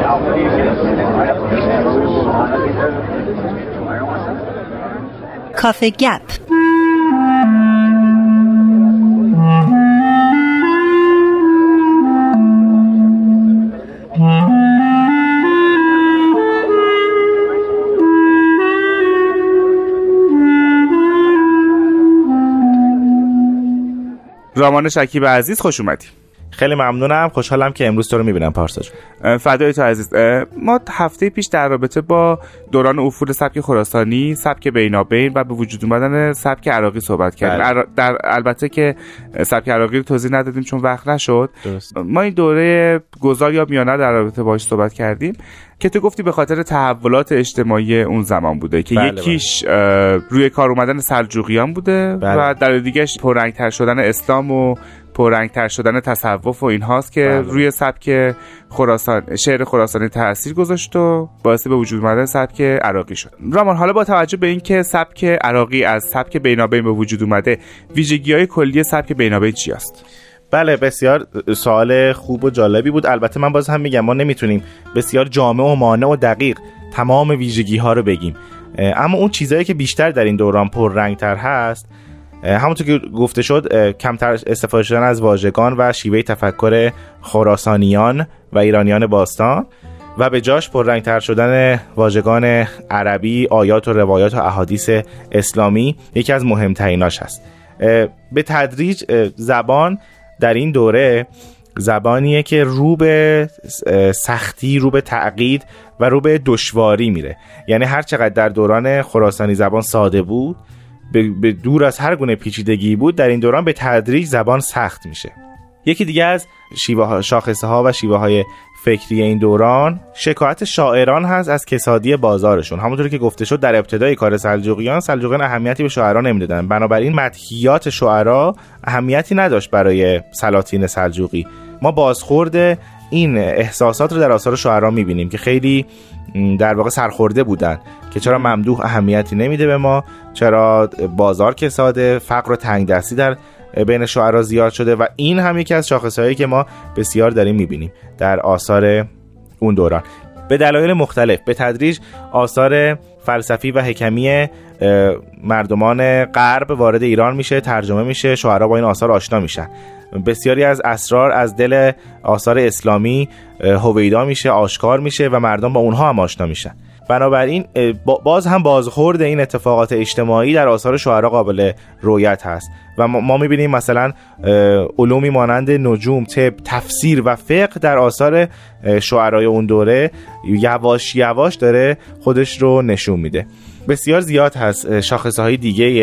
کافه گپ. رامان شکیب عزیز، خوش اومدی. خیلی ممنونم، خوشحالم که امروز تو رو میبینم پارسا جون. فدای تو عزیز. ما هفته پیش در رابطه با دوران افول سبک خراسانی، سبک بینابین و به وجود اومدن سبک عراقی صحبت کردیم. البته که سبک عراقی رو توضیح ندادیم چون وقت نشد. ما این دوره گذار یا میانه در رابطه باهاش صحبت کردیم که تو گفتی به خاطر تحولات اجتماعی اون زمان بوده که یکیش روی کار اومدن سلجوقیان بوده و در دیگهش پررنگ‌تر شدن اسلام و پررنگ‌تر شدن تصوف و این هاست که روی سبک خراسان، شعر خراسانی تأثیر گذاشت و باعث به وجود اومدن سبک عراقی شد. رامان، حالا با توجه به اینکه سبک عراقی از سبک بینابین به وجود اومده، ویژگی‌های کلی سبک بینابین چی است؟ بله، بسیار سوال خوب و جالبی بود. البته من باز هم میگم ما نمیتونیم بسیار جامع و مانع و دقیق تمام ویژگی‌ها رو بگیم، اما اون چیزایی که بیشتر در این دوران پررنگ‌تر هست، همونطور که گفته شد، کمتر استفاده شدن از واژگان و شیوه تفکر خراسانیان و ایرانیان باستان و به جاش پررنگ‌تر شدن واژگان عربی، آیات و روایات و احادیث اسلامی یکی از مهمتریناش هست. به تدریج زبان در این دوره زبانیه که رو به سختی، رو به تعقید و رو به دشواری میره. یعنی هر چقدر در دوران خراسانی زبان ساده بود، به دور از هر گونه پیچیدگی بود، در این دوران به تدریج زبان سخت میشه. یکی دیگه از شاخصه ها و شیوه های فکری این دوران شکایت شاعران هست از کسادی بازارشون. همونطوری که گفته شد در ابتدای کار سلجوقیان اهمیتی به شاعرها نمیدادن، بنابراین مدحیات شعرا اهمیتی نداشت برای سلاطین سلجوقی. ما بازخورد این احساسات رو در آثار شعرا میبینیم که خیلی در واقع سرخورده بودن که چرا ممدوح اهمیتی نمیده به ما، چرا بازار کساده، فقر و تنگدستی در بین شعرا زیاد شده و این هم یکی از شاخصهایی که ما بسیار داریم میبینیم در آثار اون دوران. به دلایل مختلف به تدریج آثار فلسفی و حکمی مردمان غرب وارد ایران میشه، ترجمه میشه، شعرا با این آثار آشنا میشن. بسیاری از اسرار از دل آثار اسلامی هویدا میشه، آشکار میشه و مردم با اونها هم آشنا میشن. بنابراین باز هم بازخورد این اتفاقات اجتماعی در آثار شعرا قابل رؤیت هست و ما میبینیم مثلا علومی مانند نجوم، طب، تفسیر و فقه در آثار شعرای اون دوره یواش یواش داره خودش رو نشون میده. بسیار زیاد هست شاخصهای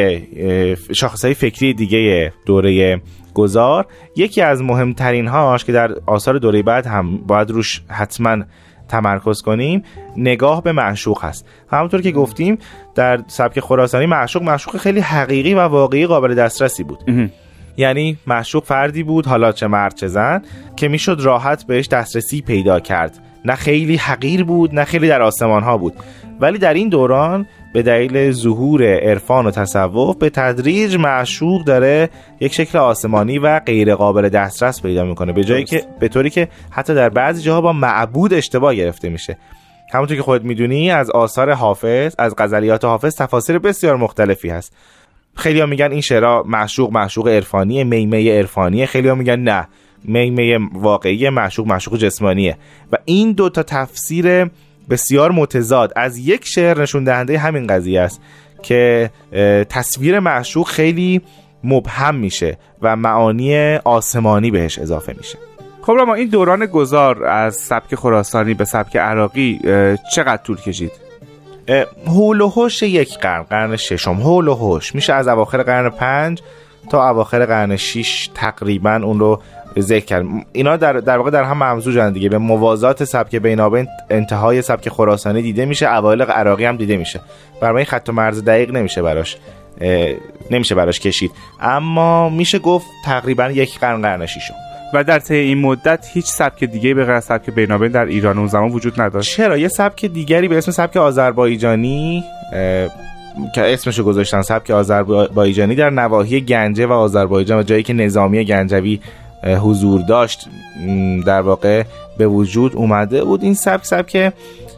فکری دیگه دوره گذار. یکی از مهمترین هاش که در آثار دوره بعد هم باید روش حتما تمرکز کنیم، نگاه به معشوق هست. همونطور که گفتیم در سبک خراسانی معشوق خیلی حقیقی و واقعی قابل دسترسی بود. یعنی معشوق فردی بود، حالا چه مرد چه زن، که میشد راحت بهش دسترسی پیدا کرد. نه خیلی حقیر بود، نه خیلی در آسمان ها بود. ولی در این دوران به دلیل ظهور عرفان و تصوف به تدریج معشوق داره یک شکل آسمانی و غیر قابل دسترس پیدا میکنه، به طوری که حتی در بعضی جاها با معبود اشتباه گرفته میشه. همونطور که خودت میدونی از آثار حافظ، از غزلیات حافظ تفاسیر بسیار مختلفی هست. خیلی‌ها میگن این شعرها معشوق عرفانیه، میمه عرفانیه. خیلی‌ها میگن نه، میمه واقعیه، معشوق جسمانیه. و این دو تا تفسیر بسیار متضاد از یک شعر نشون دهنده همین قضیه است که تصویر معشوق خیلی مبهم میشه و معانی آسمانی بهش اضافه میشه. خب ما این دوران گذار از سبک خراسانی به سبک عراقی چقدر طول کشید؟ هول و هوش یک قرن ششم، هول و هوش میشه از اواخر قرن 5 تا اواخر قرن 6 تقریبا اون رو ذکر کرد. اینا در واقع در هم ممزوجن دیگه. به موازات سبک بینابین انتهای سبک خراسانی دیده میشه، اوایل عراقی هم دیده میشه. برای خط و مرز دقیق نمیشه براش کشید، اما میشه گفت تقریبا یک قرن ششم. و در طی این مدت هیچ سبک دیگه‌ای به غیر از سبک بینابین در ایران اون زمان وجود نداشت. چرا؟ یه سبک دیگری به اسم سبک آذربایجانی که اسمشو گذاشتن سبک آذربایجانی در نواحی گنجه و آذربایجان و جایی که نظامی گنجوی حضور داشت در واقع به وجود اومده بود. این سبک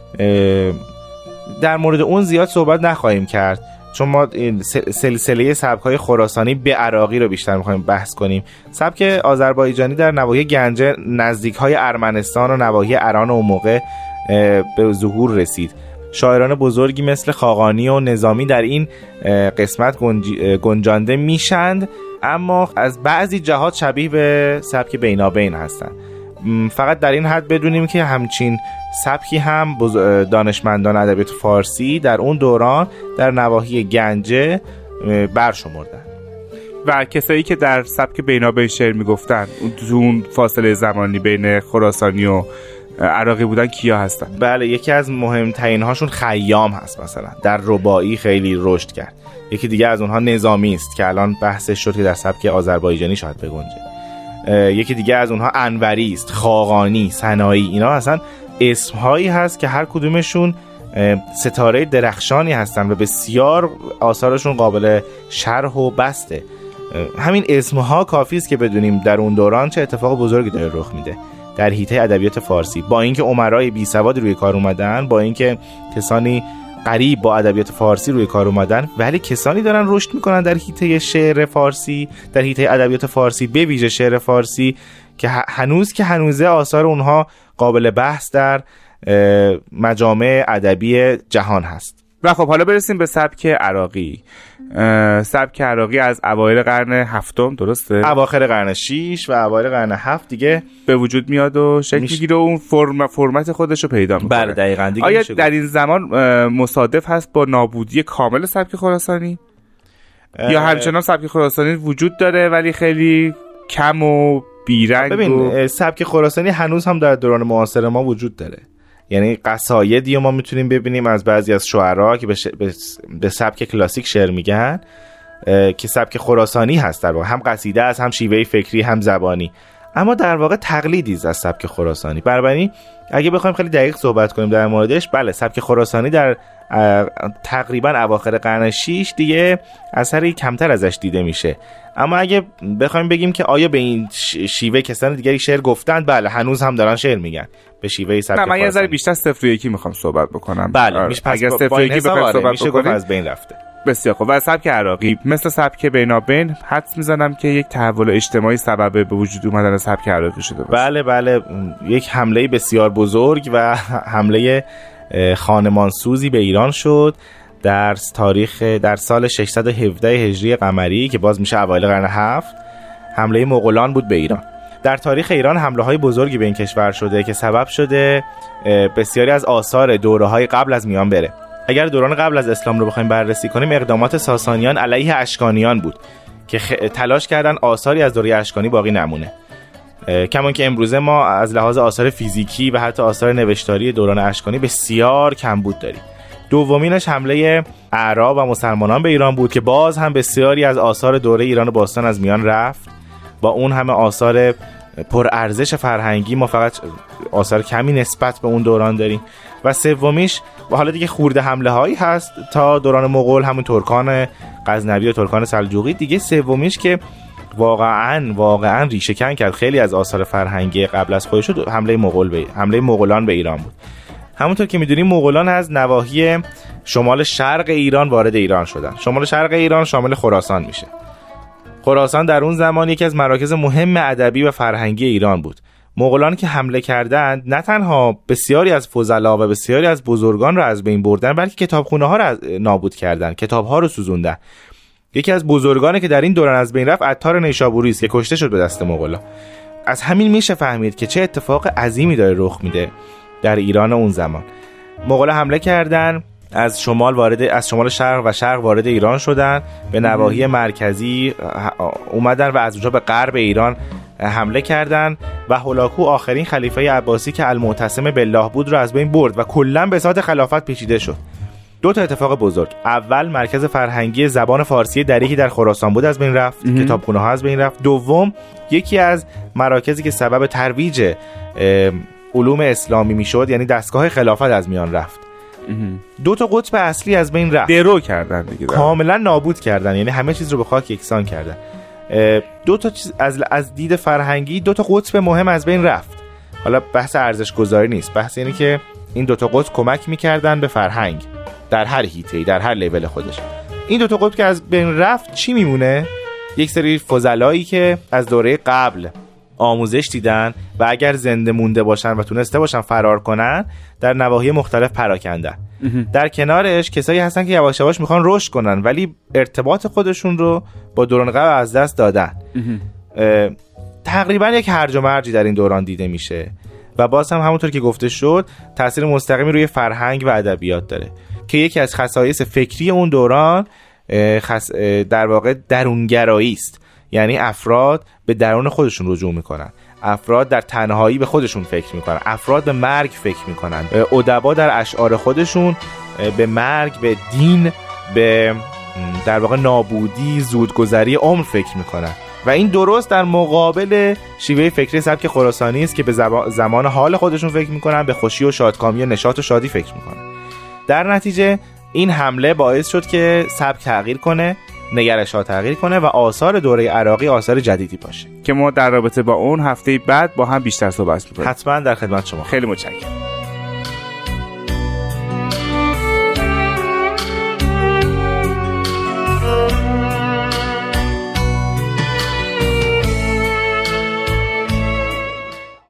در مورد اون زیاد صحبت نخواهیم کرد، چون ما سلسله سبک‌های خراسانی به عراقی رو بیشتر می‌خوایم بحث کنیم. سبک آذربایجانی در نواحی گنجه نزدیک‌های ارمنستان و نواحی اران اون موقع به ظهور رسید. شاعران بزرگی مثل خاقانی و نظامی در این قسمت گنجانده میشند، اما از بعضی جهات شبیه به سبک بینابین هستند. فقط در این حد بدونیم که همچین سبکی هم دانشمندان ادبیات فارسی در اون دوران در نواحی گنجه برشمردن و کسایی که در سبک بینابین شعر میگفتن تو اون فاصله زمانی بین خراسانی و عراقی بودن کیا هستن؟ بله، یکی از مهمترین هاشون خیام هست، مثلا در رباعی خیلی رشد کرد. یکی دیگه از اونها نظامی است که الان بحثش شد که در سبک آذربایجانی شاید بگنجه. یکی دیگه از اونها انوری است، خاقانی، سنایی. اینا اصلا اسمهایی هست که هر کدومشون ستاره درخشانی هستن و بسیار آثارشون قابل شرح و بسته. همین اسمها کافی است که بدونیم در اون دوران چه اتفاق بزرگی داره رخ میده در حیطه ادبیات فارسی. با اینکه امرای بی سواد روی کار اومدن، با اینکه کسانی قریب با ادبیات فارسی روی کار اومدن، ولی کسانی دارن رشد میکنن در حیطه شعر فارسی، در حیطه ادبیات فارسی، به ویژه شعر فارسی، که هنوزه آثار اونها قابل بحث در مجامع ادبی جهان هست. و خب حالا برسیم به سبک عراقی. سبک عراقی از اوایل قرن هفتم، درسته؟ اواخر قرن 6 و اوایل قرن 7 دیگه به وجود میاد و شکل میگیره و اون فرمت خودش رو پیدا میکنه. بله دقیقاً. دیگه آیا در این زمان مصادف هست با نابودی کامل سبک خراسانی؟ یا همچنان سبک خراسانی وجود داره ولی خیلی کم و بیرنگ؟ ببین، سبک خراسانی هنوز هم در دوران معاصر ما وجود داره. یعنی قصایدی ما میتونیم ببینیم از بعضی از شعرا که به سبک کلاسیک شعر میگن که سبک خراسانی هست، در واقع هم قصیده است، هم شیوه فکری، هم زبانی، اما در واقع تقلیدی از سبک خراسانی. بنابراین اگه بخوایم خیلی دقیق صحبت کنیم در موردش، بله سبک خراسانی در تقریبا اواخر قرن 6 دیگه اثری کمتر ازش دیده میشه. اما اگه بخوایم بگیم که آیا به این شیوه کسان دیگری شعر گفتند، بله هنوز هم دارن شعر میگن به شیوه سبک خراسانی. من یه ذره بیشتر 0-1 میخوام صحبت بکنم. بله میشه، اگر 0-1 بخوایم صحبت بکنیم از بین رفته. بسیار خوب. و سبک عراقی مثل سبک بینابین حدس میزنم که یک تحول اجتماعی سبب به وجود اومدن سبک عراقی شده باشه. بله یک حمله بسیار بزرگ و حمله خانمانسوزی به ایران شد در سال 617 هجری قمری که باز میشه اوایل قرن 7. حمله مغولان بود به ایران. در تاریخ ایران حمله های بزرگی به این کشور شده که سبب شده بسیاری از آثار دوره‌های قبل از میان بره. اگر دوران قبل از اسلام رو بخوایم بررسی کنیم، اقدامات ساسانیان علیه اشکانیان بود که تلاش کردن آثاری از دوره اشکانی باقی نمونه. کمان که امروزه ما از لحاظ آثار فیزیکی و حتی آثار نوشتاری دوران اشکانی بسیار کمبود داریم. دومینش حمله اعراب و مسلمانان به ایران بود که باز هم بسیاری از آثار دوره ایران باستان از میان رفت. با اون همه آثار پرارزش فرهنگی ما فقط آثار کمی نسبت به اون دوران داریم. و سومیش و حالا دیگه خورده حمله هایی هست تا دوران مغول، همون ترکان غزنوی و ترکان سلجوقی. دیگه سومیش که واقعا ریشه کن کرد خیلی از آثار فرهنگی قبل از خودش، حمله مغولان به ایران بود. همونطور که میدونیم مغولان از نواحی شمال شرق ایران وارد ایران شدن. شمال شرق ایران شامل خراسان میشه. خراسان در اون زمان یکی از مراکز مهم ادبی و فرهنگی ایران بود. مغولان که حمله کردند نه تنها بسیاری از فضلا و بسیاری از بزرگان را از بین بردن، بلکه کتابخونه ها را نابود کردند، کتاب ها رو سوزوندن. یکی از بزرگانی که در این دوران از بین رفت عطار نیشابوری است که کشته شد به دست مغولان. از همین میشه فهمید که چه اتفاق عظیمی داره رخ میده در ایران اون زمان. مغولان حمله کردند، از شمال شرق و شرق وارد ایران شدن، به نواحی مرکزی اومدن و از اونجا به غرب ایران حمله کردند و هولاکو آخرین خلیفه عباسی که المعتصم بالله بود رو از بین برد و کلاً به ساعت خلافت پیچیده شد. دو تا اتفاق بزرگ: اول مرکز فرهنگی زبان فارسی دریکی در خراسان بود از بین رفت، کتابخونه ها از بین رفت. دوم یکی از مراکزی که سبب ترویج علوم اسلامی میشد، یعنی دستگاه خلافت، از میان رفت. دو تا قطب اصلی از بین رفت، درو کردن دیگه، کاملا نابود کردن، یعنی همه چیز رو به خاک یکسان کردن. دو تا چیز از دید فرهنگی، دو تا قطب مهم از بین رفت حالا بحث ارزش گذاری نیست، بحث اینه که این دوتا قطب کمک میکردن به فرهنگ در هر حیطه‌ای، در هر لیول خودش. این دوتا قطب که از بین رفت چی میمونه؟ یک سری فضلایی که از دوره قبل آموزش دیدن و اگر زنده مونده باشن و تونسته باشن فرار کنن در نواحی مختلف پراکندن. در کنارش کسایی هستن که یواش یواش میخوان رشد کنن ولی ارتباط خودشون رو با دوران قبل از دست دادن. تقریبا یک هرج و مرجی در این دوران دیده میشه و باز هم همونطور که گفته شد تأثیر مستقیمی روی فرهنگ و ادبیات داره که یکی از خصایص فکری اون دوران در واقع درونگرایی است. یعنی افراد به درون خودشون رجوع میکنن، افراد در تنهایی به خودشون فکر میکنن، افراد به مرگ فکر میکنن، ادبا در اشعار خودشون به مرگ، به دین، به در واقع نابودی، زودگذری عمر فکر میکنن و این درست در مقابل شیوه فکری سبک خراسانی است که به زمان حال خودشون فکر میکنن، به خوشی و شادکامی و نشاط و شادی فکر میکنن. در نتیجه این حمله باعث شد که سبک تغییر کنه، نگرش‌ها تغییر کنه و آثار دوره عراقی آثار جدیدی باشه که ما در رابطه با اون هفته بعد با هم بیشتر صحبت می‌کنیم. حتما در خدمت شما. خیلی متشکرم.